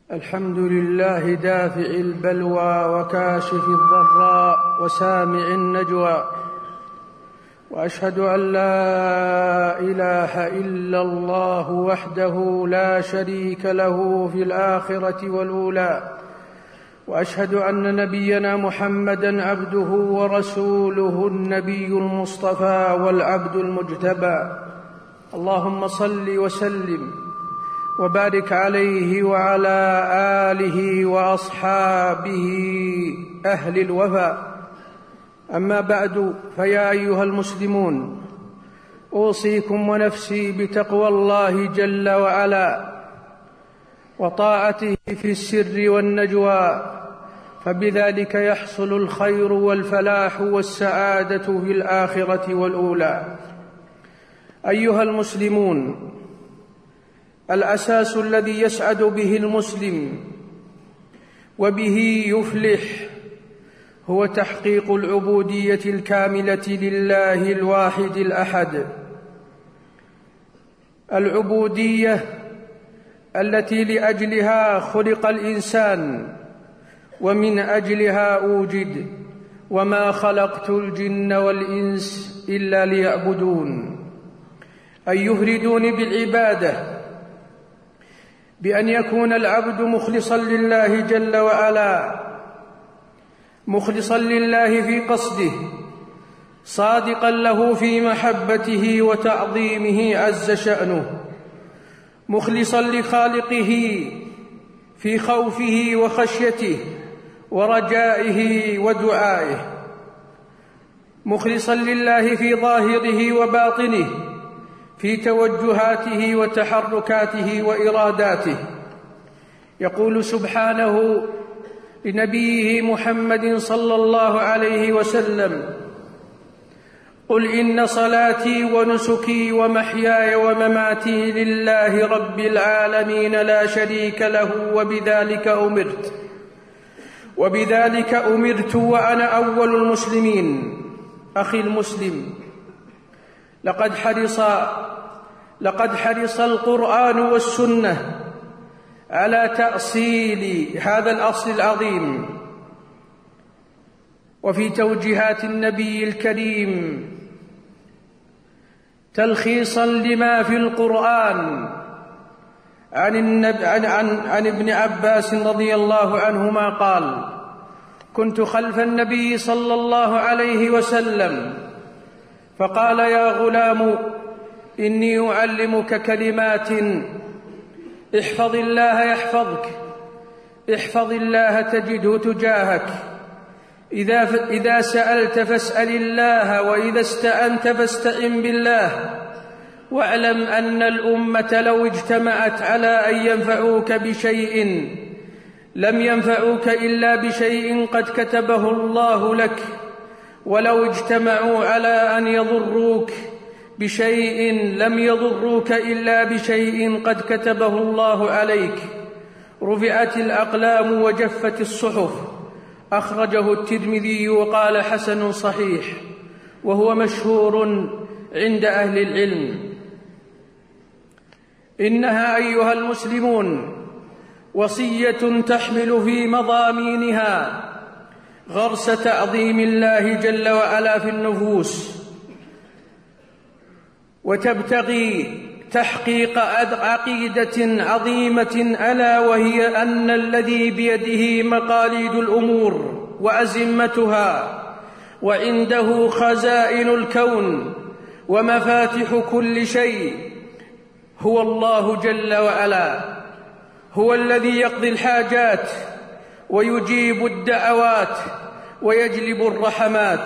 الحمد لله دافع البلوى وكاشف الضراء وسامع النجوى، وأشهد أن لا إله إلا الله وحده لا شريك له في الآخرة والأولى، وأشهد أن نبينا محمدًا عبده ورسوله النبي المصطفى والعبد المجتبى. اللهم صل وسلم وبارك عليه وعلى آله وأصحابه أهل الوفا. أما بعد، فيا أيها المسلمون، أوصيكم ونفسي بتقوى الله جل وعلا وطاعته في السر والنجوى، فبذلك يحصل الخير والفلاح والسعادة في الآخرة والأولى. أيها المسلمون، الأساس الذي يسعد به المسلم وبه يفلح هو تحقيق العبودية الكاملة لله الواحد الأحد، العبودية التي لأجلها خلق الإنسان ومن أجلها أوجد، وما خلقت الجن والإنس إلا ليعبدون، أن يفردون بالعبادة، بأن يكون العبد مخلصا لله جل وعلا، مخلصا لله في قصده، صادقا له في محبته وتعظيمه عز شأنه، مخلصا لخالقه في خوفه وخشيته ورجائه ودعائه، مخلصا لله في ظاهره وباطنه، في توجهاته وتحركاته وإراداته. يقول سبحانه لنبيه محمد صلى الله عليه وسلم: قل إن صلاتي ونسكي ومحياي ومماتي لله رب العالمين لا شريك له وبذلك أمرت وأنا أول المسلمين. أخي المسلم، لقد حرص القرآن والسنة على تأصيل هذا الأصل العظيم، وفي توجيهات النبي الكريم تلخيصا لما في القرآن عن ابن عباس رضي الله عنهما قال: كنت خلف النبي صلى الله عليه وسلم فقال: يا غلام، إني أعلمك كلمات، احفظ الله يحفظك، احفظ الله تجده تجاهك، إذا سألت فاسأل الله، وإذا استعنت فاستعن بالله، واعلم أن الأمة لو اجتمعت على أن ينفعوك بشيء لم ينفعوك إلا بشيء قد كتبه الله لك، ولو اجتمعوا على أن يضروك بشيء لم يضروك إلا بشيء قد كتبه الله عليك. رفعت الأقلام وجفت الصحف. أخرجه الترمذي وقال: حسن صحيح، وهو مشهور عند أهل العلم. إنها أيها المسلمون وصية تحمل في مضامينها غرس تعظيم الله جل وعلا في النفوس، وتبتغي تحقيق عقيدة عظيمة، ألا وهي أن الذي بيده مقاليد الأمور وأزمتها، وعنده خزائن الكون ومفاتح كل شيء، هو الله جل وعلا. هو الذي يقضي الحاجات ويجيب الدعوات ويجلب الرحمات.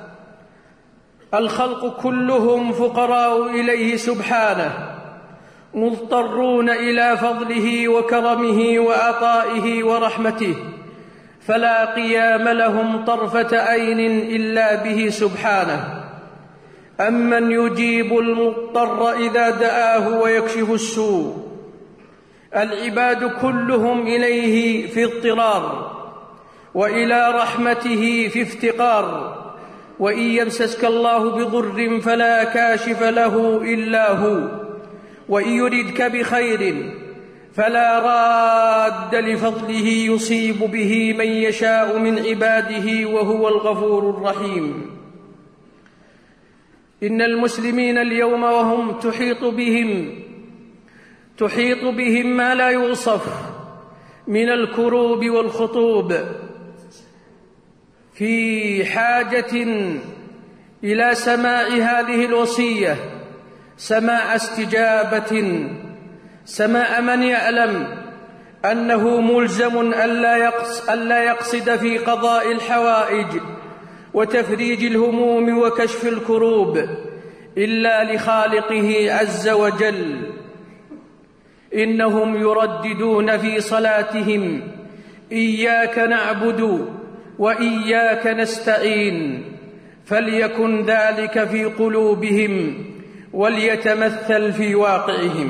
الخلق كلهم فقراء إليه سبحانه، مضطرون إلى فضله وكرمه وعطائه ورحمته، فلا قيام لهم طرفة عين إلا به سبحانه. أمن يجيب المضطر إذا دعاه ويكشف السوء. العباد كلهم إليه في اضطرار، وإلى رحمته في افتقار، وإن يمسسك الله بضر فلا كاشف له إلا هو، وإن يردك بخير فلا راد لفضله يصيب به من يشاء من عباده وهو الغفور الرحيم. إن المسلمين اليوم وهم تحيط بهم ما لا يوصف من الكروب والخطوب، في حاجة إلى سماع هذه الوصية سماع استجابة، سماع من يعلم أنه ملزم ألا يقصد في قضاء الحوائج وتفريج الهموم وكشف الكروب إلا لخالقه عز وجل. إنهم يرددون في صلاتهم: إياك نعبد وإياك نستعين، فليكن ذلك في قلوبهم وليتمثل في واقعهم.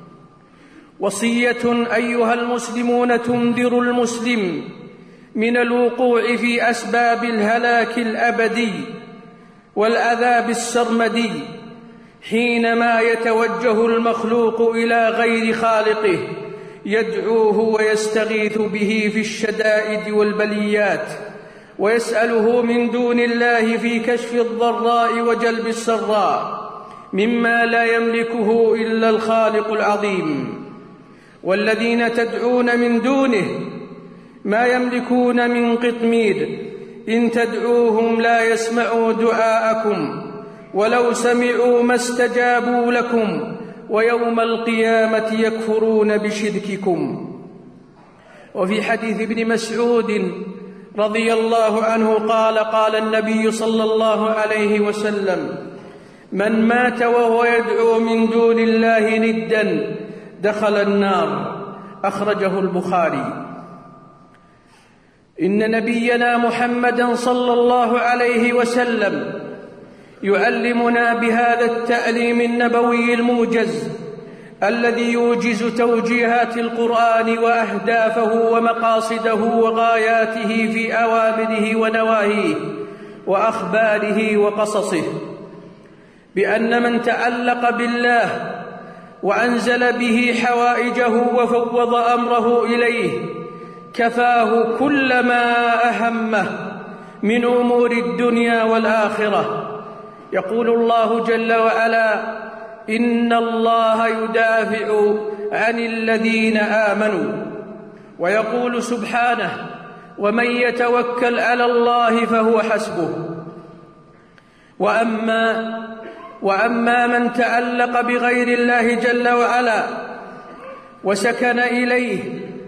وصية أيها المسلمون تنذر المسلم من الوقوع في أسباب الهلاك الأبدي والعذاب السرمدي حينما يتوجه المخلوق إلى غير خالقه يدعوه ويستغيث به في الشدائد والبليات، ويسأله من دون الله في كشف الضراء وجلب السراء مما لا يملكه إلا الخالق العظيم. والذين تدعون من دونه ما يملكون من قطمير، إن تدعوهم لا يسمعوا دعاءكم ولو سمعوا ما استجابوا لكم ويوم القيامة يكفرون بشرككم. وفي حديث ابن مسعود رضي الله عنه قال النبي صلى الله عليه وسلم: من مات وهو يدعو من دون الله ندا دخل النار. أخرجه البخاري. إن نبينا محمدا صلى الله عليه وسلم يعلمنا بهذا التعليم النبوي الموجز الذي يوجز توجيهات القرآن وأهدافه ومقاصده وغاياته في أوامره ونواهيه وأخباره وقصصه، بأن من تعلق بالله وأنزل به حوائجه وفوض أمره إليه كفاه كل ما أهمه من أمور الدنيا والآخرة. يقول الله جل وعلا: إن الله يدافع عن الذين آمنوا. ويقول سبحانه: ومن يتوكل على الله فهو حسبه. وأما من تعلق بغير الله جل وعلا وسكن إليه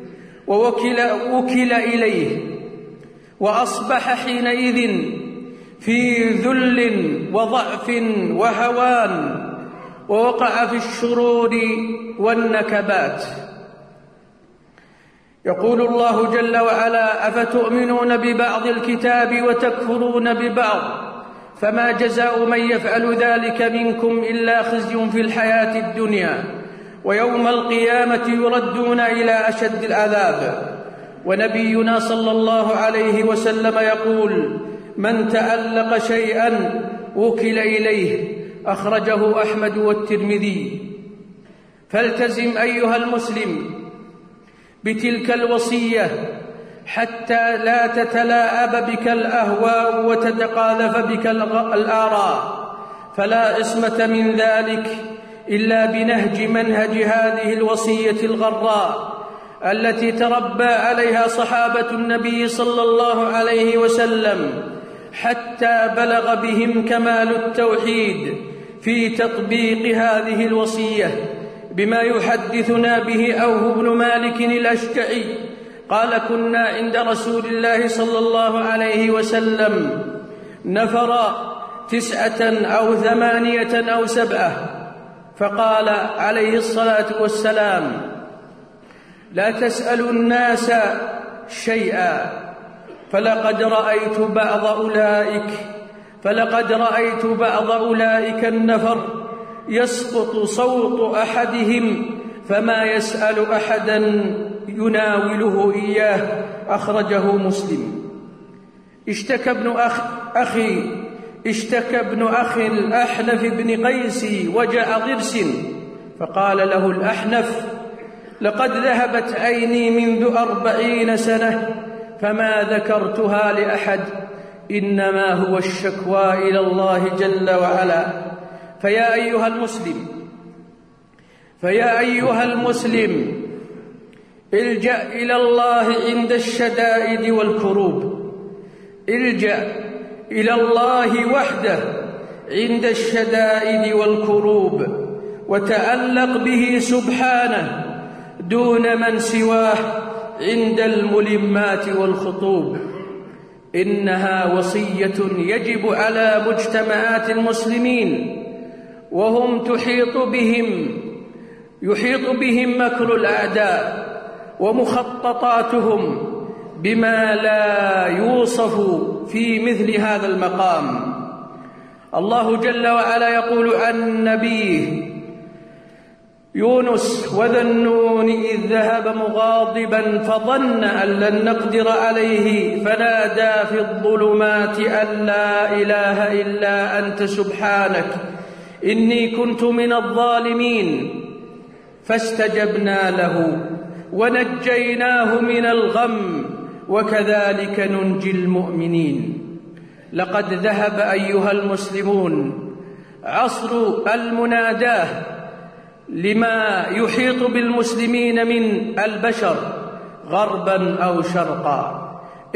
ووكل إليه وأصبح حينئذ في ذل وضعف وهوان ووقع في الشرور والنكبات. يقول الله جل وعلا: أفتؤمنون ببعض الكتاب وتكفرون ببعض فما جزاء من يفعل ذلك منكم إلا خزي في الحياة الدنيا ويوم القيامة يردون إلى أشد العذاب. ونبينا صلى الله عليه وسلم يقول: من تعلق شيئا وكل إليه. أخرجه أحمد والترمذي. فالتزم أيها المسلم بتلك الوصية حتى لا تتلاعب بك الأهواء وتتقاذف بك الآراء، فلا عصمة من ذلك إلا بنهج منهج هذه الوصية الغراء التي تربى عليها صحابة النبي صلى الله عليه وسلم حتى بلغ بهم كمال التوحيد في تطبيق هذه الوصية، بما يحدثنا به أوه بن مالك الأشجعي قال: كنا عند رسول الله صلى الله عليه وسلم نفر 9 أو 8 أو 7، فقال عليه الصلاة والسلام: لا تسألوا الناس شيئا فلقد رأيت بعض أولئك النفر يسقط صوت أحدهم فما يسأل أحدا يناوله إياه. أخرجه مسلم. اشتكى ابن أخي الأحنف بن قيس وجع ضرس، فقال له الأحنف: لقد ذهبت عيني منذ 40 سنة فما ذكرتها لأحد، إنما هو الشكوى إلى الله جل وعلا. فيا أيها المسلم الجأ إلى الله عند الشدائد والكروب، الجأ إلى الله وحده عند الشدائد والكروب، وتعلق به سبحانه دون من سواه عند الملمات والخطوب. إنها وصية يجب على مجتمعات المسلمين، وهم يحيط بهم مكر الأعداء ومخططاتهم بما لا يوصف في مثل هذا المقام. الله جل وعلا يقول عن نبيه يونس: وذا النون إذ ذهب مغاضبا فظن أن لن نقدر عليه فنادى في الظلمات أن لا إله إلا أنت سبحانك إني كنت من الظالمين، فاستجبنا له ونجيناه من الغم وكذلك ننجي المؤمنين. لقد ذهب أيها المسلمون عصر المناداه لما يحيط بالمسلمين من البشر غربا أو شرقا،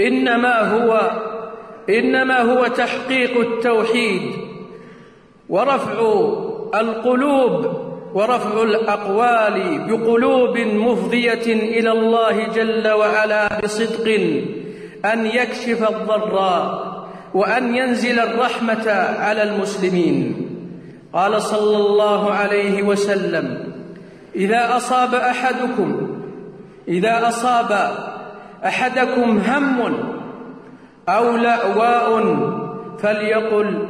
إنما هو تحقيق التوحيد ورفع القلوب ورفع الأقوال بقلوب مفضية إلى الله جل وعلا بصدق أن يكشف الضراء وأن ينزل الرحمة على المسلمين. قال صلى الله عليه وسلم: إذا أصاب أحدكم هم أو لأواء فليقل: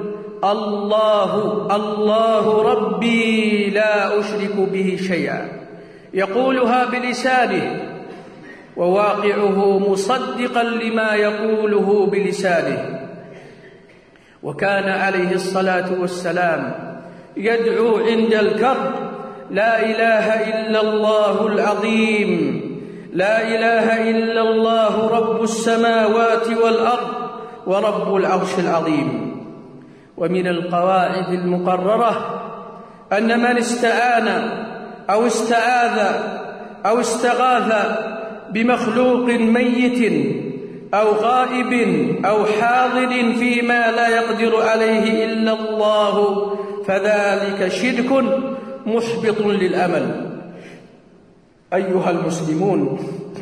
الله ربي لا أشرك به شيئا، يقولها بلسانه وواقعه مصدقا لما يقوله بلسانه. وكان عليه الصلاة والسلام يدعو عند الكرب: لا إله إلا الله العظيم، لا إله إلا الله رب السماوات والأرض ورب العرش العظيم. ومن القواعد المقررة أن من استعان أو استعاذ أو استغاث بمخلوق ميت أو غائب أو حاضر فيما لا يقدر عليه إلا الله فذلك شرك محبط للأمل. أيها المسلمون،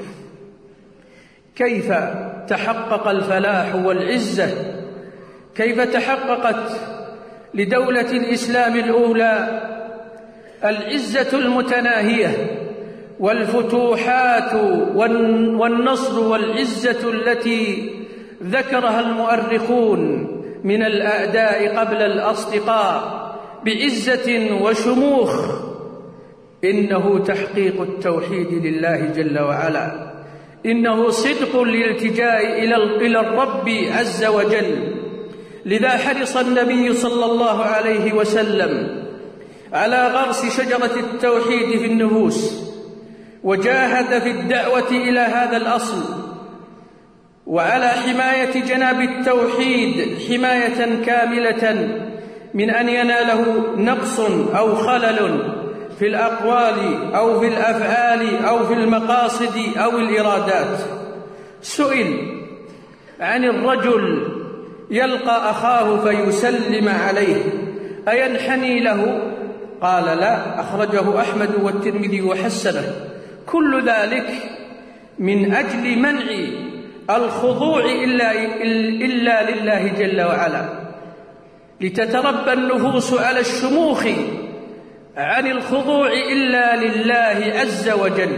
كيف تحقق الفلاح والعزة؟ كيف تحققت لدولة الإسلام الأولى العزة المتناهية والفتوحات والنصر والعزة التي ذكرها المؤرخون من الأعداء قبل الأصدقاء بعزة وشموخ؟ إنه تحقيق التوحيد لله جل وعلا، إنه صدق الالتجاء إلى الرب عز وجل. لذا حرص النبي صلى الله عليه وسلم على غرس شجرة التوحيد في النفوس، وجاهد في الدعوة إلى هذا الأصل، وعلى حماية جناب التوحيد حماية كاملة من أن يناله نقص أو خلل في الأقوال أو في الأفعال أو في المقاصد أو الإرادات. سئل عن الرجل يلقى أخاه فيسلم عليه أينحني له؟ قال: لا، أخرجه أحمد والترمذي وحسنه. كل ذلك من أجل منع الخضوع إلا لله جل وعلا، لتتربى النفوس على الشموخ عن الخضوع إلا لله عز وجل.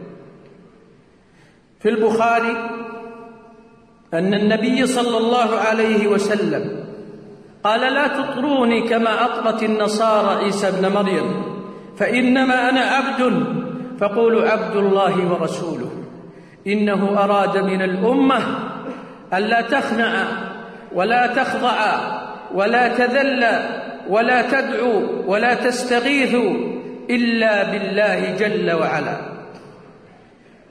في البخاري أن النبي صلى الله عليه وسلم قال: لا تطروني كما أطرت النصارى عيسى ابن مريم، فإنما أنا عبد فقولوا عبد الله ورسوله. إنه أراد من الأمة ألا تخنع ولا تخضع ولا تذل ولا تدعو ولا تستغيث إلا بالله جل وعلا.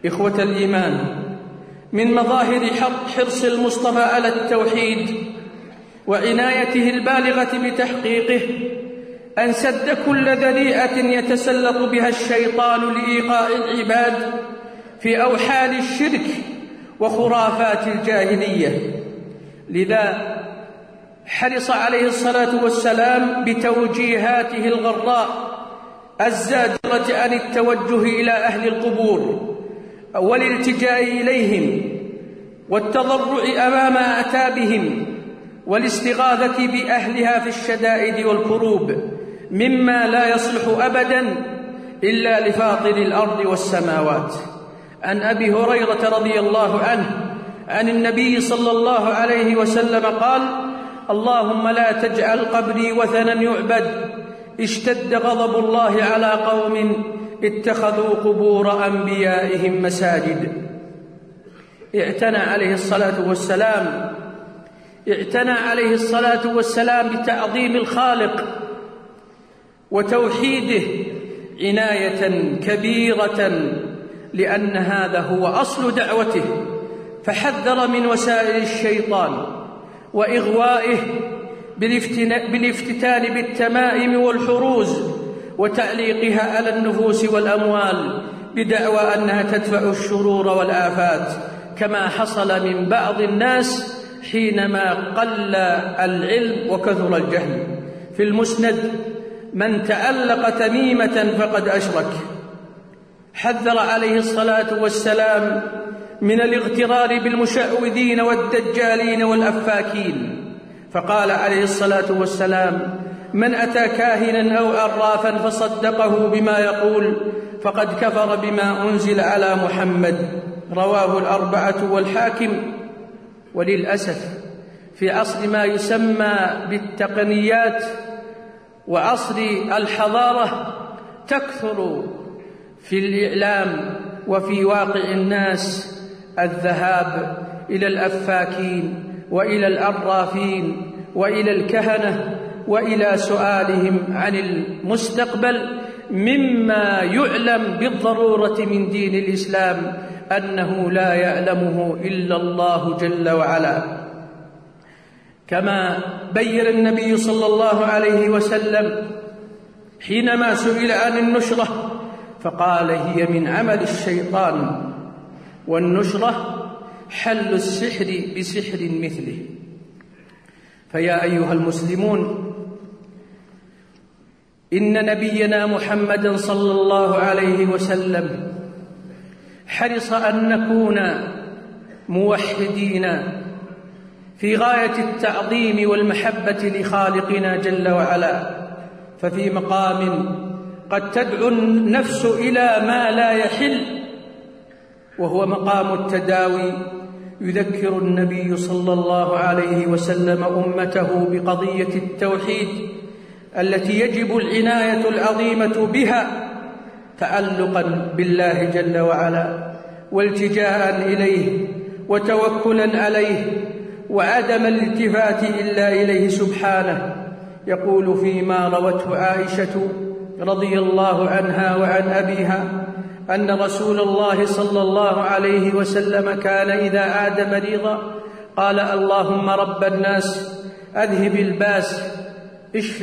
إخوة الإيمان، من مظاهر حرص المصطفى على التوحيد وعنايته البالغة بتحقيقه أن سد كل ذريعة يتسلط بها الشيطان لإيقاع العباد في أوحال الشرك وخرافات الجاهلية. لذا حرص عليه الصلاة والسلام بتوجيهاته الغراء الزاجرة عن التوجه إلى أهل القبور والالتجاء إليهم والتضرع أمام أعتابهم والاستغاثة بأهلها في الشدائد والكروب، مما لا يصلح أبدا إلا لفاطر الأرض والسماوات. عن أبي هريرة رضي الله عنه عن النبي صلى الله عليه وسلم قال: اللهم لا تجعل قبري وثنا يعبد، اشتد غضب الله على قوم اتخذوا قبور أنبيائهم مساجد. اعتنى عليه الصلاة والسلام بتعظيم الخالق وتوحيده عناية كبيرة، لأن هذا هو أصل دعوته، فحذر من وسائل الشيطان وإغوائه بالافتتان بالتمائم والحروز وتعليقها على النفوس والأموال بدعوى أنها تدفع الشرور والآفات، كما حصل من بعض الناس حينما قل العلم وكثر الجهل. في المسند: من تعلق تميمة فقد أشرك. حذر عليه الصلاة والسلام من الاغترار بالمشعوذين والدجالين والأفاكين، فقال عليه الصلاة والسلام: من أتى كاهنا أو عرافا فصدقه بما يقول فقد كفر بما أنزل على محمد. رواه الأربعة والحاكم. وللأسف في عصر ما يسمى بالتقنيات وعصر الحضارة تكثر في الإعلام وفي واقع الناس الذهاب إلى الأفاكين وإلى العرافين وإلى الكهنة وإلى سؤالهم عن المستقبل، مما يعلم بالضرورة من دين الإسلام أنه لا يعلمه إلا الله جل وعلا. كما بين النبي صلى الله عليه وسلم حينما سئل عن النشرة فقال: هي من عمل الشيطان، والنشرة حل السحر بسحر مثله. فيا أيها المسلمون، إن نبينا محمدا صلى الله عليه وسلم حرص أن نكون موحدين في غاية التعظيم والمحبة لخالقنا جل وعلا، ففي مقام قد تدعو النفس إلى ما لا يحل وهو مقام التداوي، يذكر النبي صلى الله عليه وسلم أمته بقضية التوحيد التي يجب العناية العظيمة بها تعلقا بالله جل وعلا والتجاء إليه وتوكلا عليه وعدم الالتفات إلا إليه سبحانه. يقول فيما روته عائشة رضي الله عنها وعن أبيها أن رسول الله صلى الله عليه وسلم كان إذا عاد مريضا قال: اللهم رب الناس أذهب الباس، اشف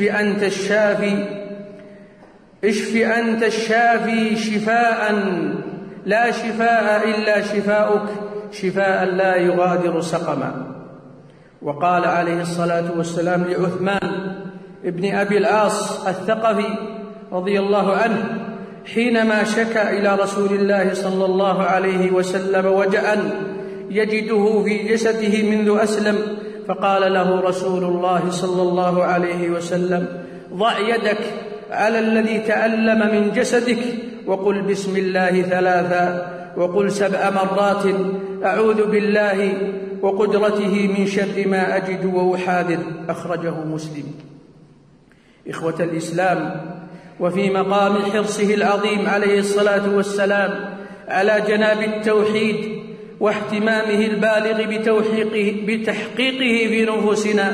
أنت الشافي شفاء لا شفاء إلا شفاؤك، شفاء لا يغادر سقما. وقال عليه الصلاة والسلام لعثمان ابن أبي العاص الثقفي رضي الله عنه حينما شكى إلى رسول الله صلى الله عليه وسلم وجعا يجده في جسده منذ أسلم، فقال له رسول الله صلى الله عليه وسلم: ضع يدك على الذي تألم من جسدك وقل بسم الله 3 وقل 7 مرات أعوذ بالله وقدرته من شر ما أجد وأحاذر. أخرجه مسلم. إخوة الإسلام، وفي مقام حرصه العظيم عليه الصلاة والسلام على جناب التوحيد واهتمامه البالغ بتحقيقه في نفوسنا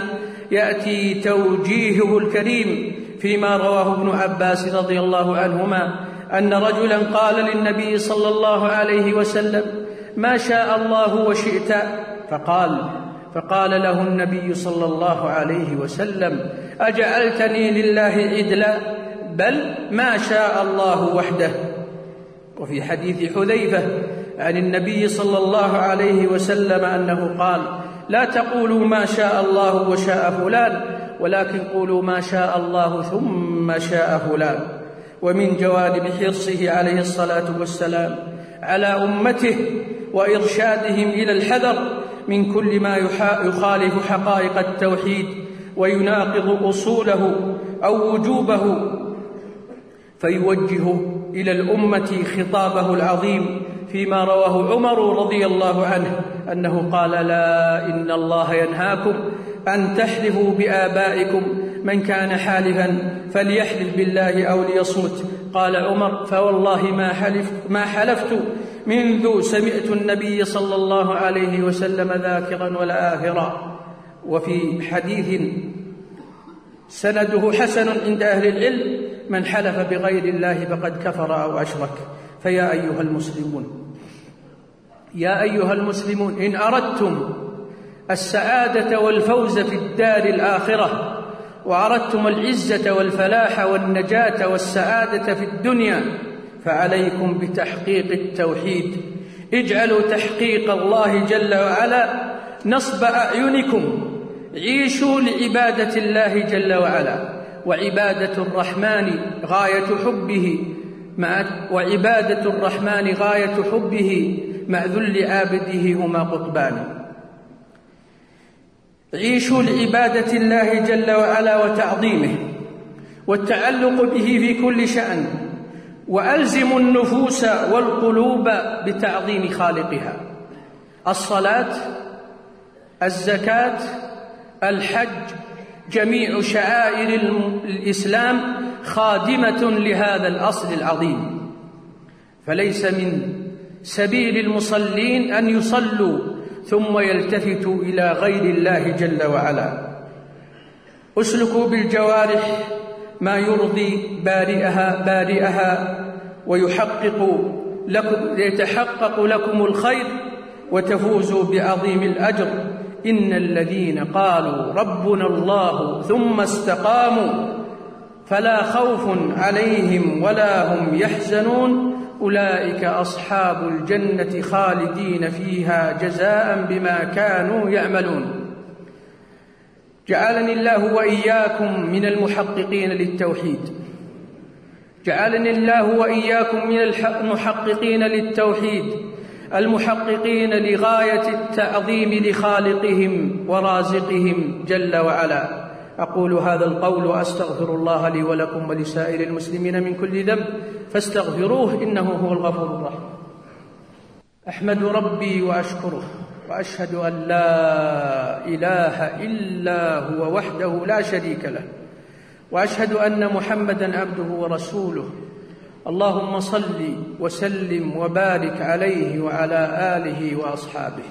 يأتي توجيهه الكريم فيما رواه ابن عباس رضي الله عنهما أن رجلا قال للنبي صلى الله عليه وسلم: ما شاء الله وشئت. فقال له النبي صلى الله عليه وسلم: أجعلتني لله عدلا؟ بل ما شاء الله وحده. وفي حديث حذيفة عن النبي صلى الله عليه وسلم أنه قال: لا تقولوا ما شاء الله وشاء فلان، ولكن قولوا ما شاء الله ثم شاء فلان. ومن جوانب حرصه عليه الصلاة والسلام على أمته وإرشادهم إلى الحذر من كل ما يخالف حقائق التوحيد ويناقض أصوله أو وجوبه، فيوجه إلى الأمة خطابه العظيم فيما رواه عمر رضي الله عنه أنه قال: لا، إن الله ينهاكم أن تحلفوا بآبائكم، من كان حالفا فليحلف بالله أو ليصمت. قال عمر: فوالله ما حلفت منذ سمعت النبي صلى الله عليه وسلم ذاكرا ولا آثرا. وفي حديث سنده حسن عند أهل العلم: من حلف بغير الله فقد كفر أو أشرك. فيا أيها المسلمون، إن أردتم السعادة والفوز في الدار الآخرة، وأردتم العزة والفلاح والنجاة والسعادة في الدنيا، فعليكم بتحقيق التوحيد. اجعلوا تحقيق الله جل وعلا نصب أعينكم، عيشوا لعبادة الله جل وعلا، وعبادة الرحمن غاية حبه مع ذل عابده هما قطبان. عيشوا لعبادة الله جل وعلا وتعظيمه والتعلق به في كل شأن، وألزموا النفوس والقلوب بتعظيم خالقها. الصلاة، الزكاة، الحج، جميع شعائر الإسلام خادمة لهذا الأصل العظيم. فليس من سبيل المصلين أن يصلوا ثم يلتفتوا إلى غير الله جل وعلا. اسلكوا بالجوارح ما يرضي بارئها ويتحقق لكم الخير وتفوزوا بعظيم الأجر. إن الذين قالوا ربنا الله ثم استقاموا فلا خوف عليهم ولا هم يحزنون، أولئك أصحاب الجنة خالدين فيها جزاء بما كانوا يعملون. جعلني الله وإياكم من المحققين للتوحيد، جعلني الله وإياكم من المحققين للتوحيد، المحققين لغاية التعظيم لخالقهم ورازقهم جل وعلا. أقول هذا القول وأستغفر الله لي ولكم ولسائر المسلمين من كل ذنب فاستغفروه إنه هو الغفور الرحيم. أحمد ربي وأشكره، وأشهد أن لا إله إلا هو وحده لا شريك له، وأشهد أن محمدًا عبده ورسوله. اللهم صل وسلم وبارك عليه وعلى آله وأصحابه.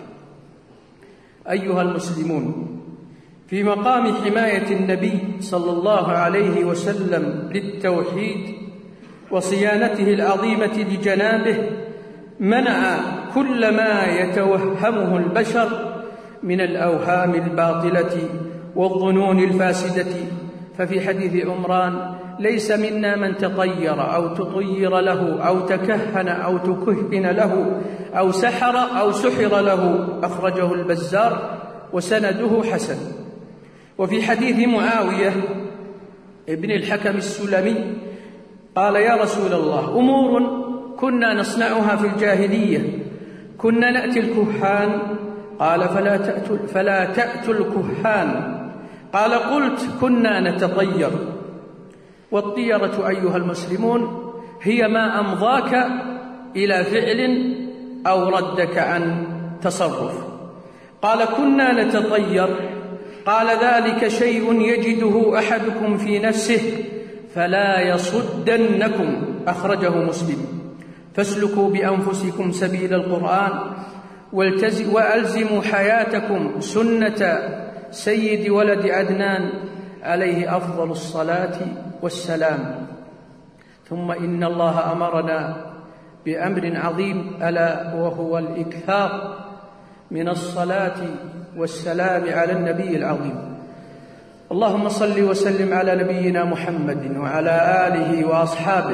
أيها المسلمون، في مقام حماية النبي صلى الله عليه وسلم للتوحيد وصيانته العظيمة لجنابه، منع كل ما يتوهمه البشر من الأوهام الباطلة والظنون الفاسدة. ففي حديث عمران: ليس منا من تطير أو تطير له أو تكهن أو تكهن له أو سحر له. أخرجه البزار وسنده حسن. وفي حديث معاوية ابن الحكم السلمي قال: يا رسول الله، أمور كنا نصنعها في الجاهلية، كنا نأتي الكهان. قال: فلا تأتوا الكهان. قال: قلت: كنا نتطير. والطيرة أيها المسلمون هي ما أمضاك إلى فعل أو ردك عن تصرف. قال: كنا نتطير. قال: ذلك شيء يجده أحدكم في نفسه فلا يصدنكم. أخرجه مسلم. فاسلكوا بأنفسكم سبيل القرآن، وألزموا حياتكم سنة سيد ولد عدنان عليه أفضل الصلاة والسلام. ثم إن الله أمرنا بأمر عظيم، ألا وهو الإكثار من الصلاة والسلام على النبي العظيم. اللهم صل وسلم على نبينا محمد وعلى آله وأصحابه.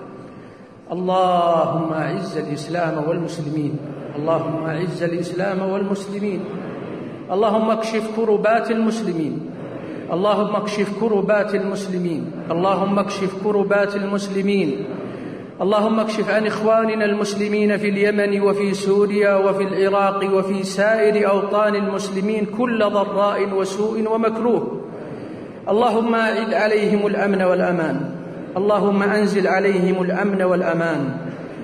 اللهم أعز الإسلام والمسلمين، اللهم أعز الإسلام والمسلمين، اللهم اكشف كربات المسلمين، اللهم اكشف كربات المسلمين، اللهم اكشف كربات المسلمين، اللهم اكشف عن إخواننا المسلمين في اليمن وفي سوريا وفي العراق وفي سائر أوطان المسلمين كل ضراء وسوء ومكروه. اللهم أعد عليهم الأمن والأمان، اللهم أنزل عليهم الأمن والأمان،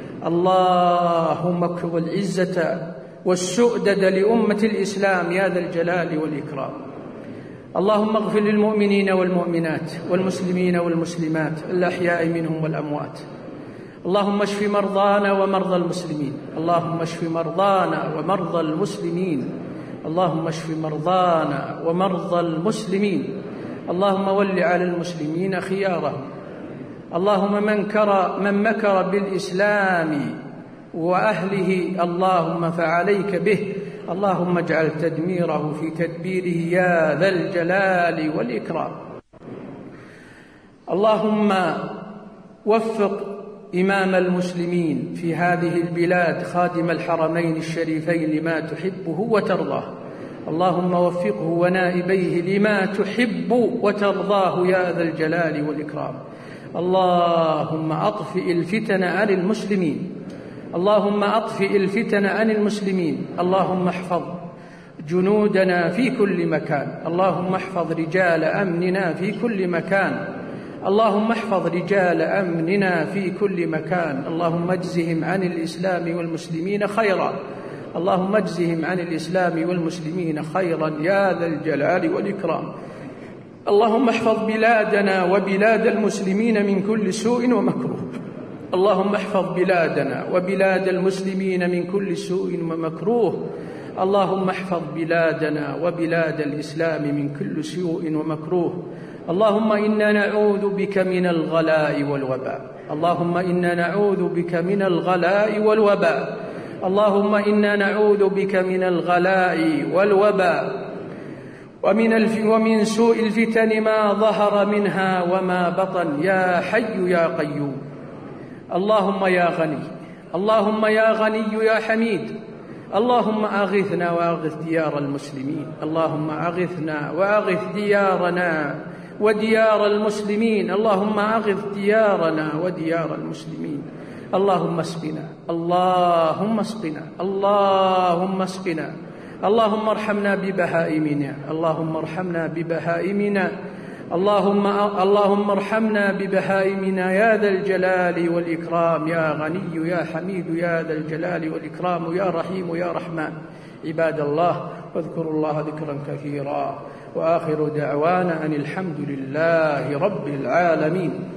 اللهم اكفض العزة والسؤدد لأمة الإسلام يا ذا الجلال والإكرام. اللهم اغفر للمؤمنين والمؤمنات والمسلمين والمسلمات الأحياء منهم والأموات. اللهم اشف مرضانا ومرضى المسلمين، اللهم اشف مرضانا ومرضى المسلمين، اللهم اشف مرضانا ومرضى المسلمين. اللهم ول على المسلمين خيارهم. اللهم من مكر بالإسلام وأهله اللهم فعليك به، اللهم اجعل تدميره في تدبيره يا ذا الجلال والإكرام. اللهم وفق إمام المسلمين في هذه البلاد خادم الحرمين الشريفين لما تحبه وترضاه، اللهم وفقه ونائبيه لما تحب وترضاه يا ذا الجلال والإكرام. اللهم أطفئ الفتن عن المسلمين، اللهم أطفئ الفتن عن المسلمين. اللهم احفظ جنودنا في كل مكان، اللهم احفظ رجال أمننا في كل مكان، اللهم احفظ رجال أمننا في كل مكان. اللهم اجزهم عن الإسلام والمسلمين خيرا، اللهم اجزهم عن الإسلام والمسلمين خيرا يا ذا الجلال والإكرام. اللهم احفظ بلادنا وبلاد المسلمين من كل سوء ومكروه، اللهم احفظ بلادنا وبلاد المسلمين من كل سوء ومكروه، اللهم احفظ بلادنا وبلاد الإسلام من كل سوء ومكروه. اللهم إنا نعوذ بك من الغلاء والوباء، اللهم إنا نعوذ بك من الغلاء والوباء، اللهم إنا نعوذ بك من الغلاء والوباء ومن سوء الفتن ما ظهر منها وما بطن يا حي يا قيوم. اللهم يا غني، اللهم يا غني يا حميد، اللهم أغثنا وأغث ديار المسلمين، اللهم أغثنا وأغث ديارنا وديار المسلمين، اللهم أغث ديارنا وديار المسلمين. اللهم اسقنا، اللهم اسقنا، اللهم اسقنا، اللهم ارحمنا ببهائمنا، اللهم ارحمنا ببهائمنا، اللهم ارحمنا ببهائمنا يا ذا الجلال والإكرام، يا غني يا حميد يا ذا الجلال والإكرام، يا رحيم يا رحمن. عباد الله، واذكروا الله ذكرا كثيرا، وآخر دعوانا أن الحمد لله رب العالمين.